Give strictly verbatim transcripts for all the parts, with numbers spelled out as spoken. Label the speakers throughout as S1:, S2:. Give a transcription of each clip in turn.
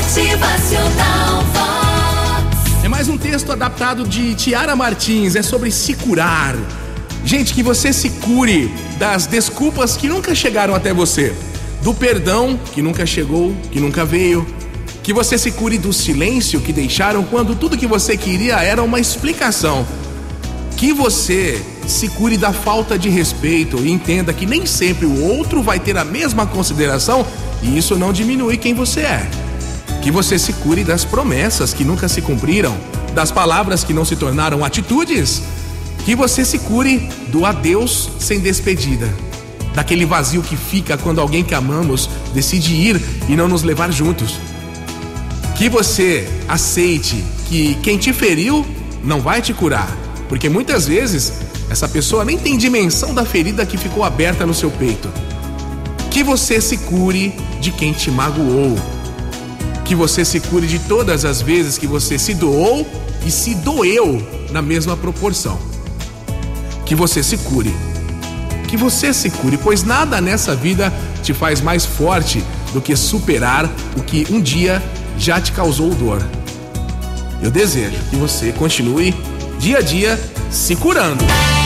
S1: Motivacional Vox.
S2: É mais um texto adaptado de Tiara Martins, é sobre se curar. Gente, que você se cure das desculpas que nunca chegaram até você, do perdão que nunca chegou, que nunca veio. Que você se cure do silêncio que deixaram quando tudo que você queria era uma explicação. Que você se cure da falta de respeito e entenda que nem sempre o outro vai ter a mesma consideração e isso não diminui quem você é. Que você se cure das promessas que nunca se cumpriram, das palavras que não se tornaram atitudes. Que você se cure do adeus sem despedida, daquele vazio que fica quando alguém que amamos decide ir e não nos levar juntos. Que você aceite que quem te feriu não vai te curar, porque muitas vezes essa pessoa nem tem dimensão da ferida que ficou aberta no seu peito. Que você se cure de quem te magoou. Que você se cure de todas as vezes que você se doou e se doeu na mesma proporção. Que você se cure. Que você se cure, pois nada nessa vida te faz mais forte do que superar o que um dia já te causou dor. Eu desejo que você continue dia a dia se curando.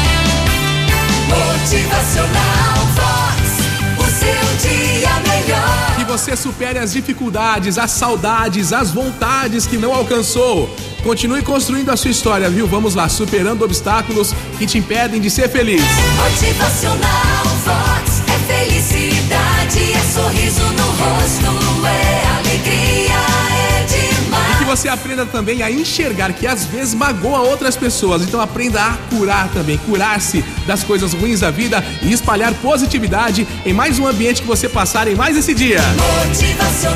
S1: Motivacional Vox, o seu dia melhor.
S2: Que você supere as dificuldades, as saudades, as vontades que não alcançou. Continue construindo a sua história, viu? Vamos lá, superando obstáculos que te impedem de ser feliz.
S1: Motivacional Vox é felicidade, é sorriso no rosto, é alegria, é demais.
S2: E que você aprenda também a enxergar que às vezes magoa outras pessoas. Então aprenda a curar também, curar-se das coisas ruins da vida e espalhar positividade em mais um ambiente que você passar em mais esse dia.
S1: Motivacional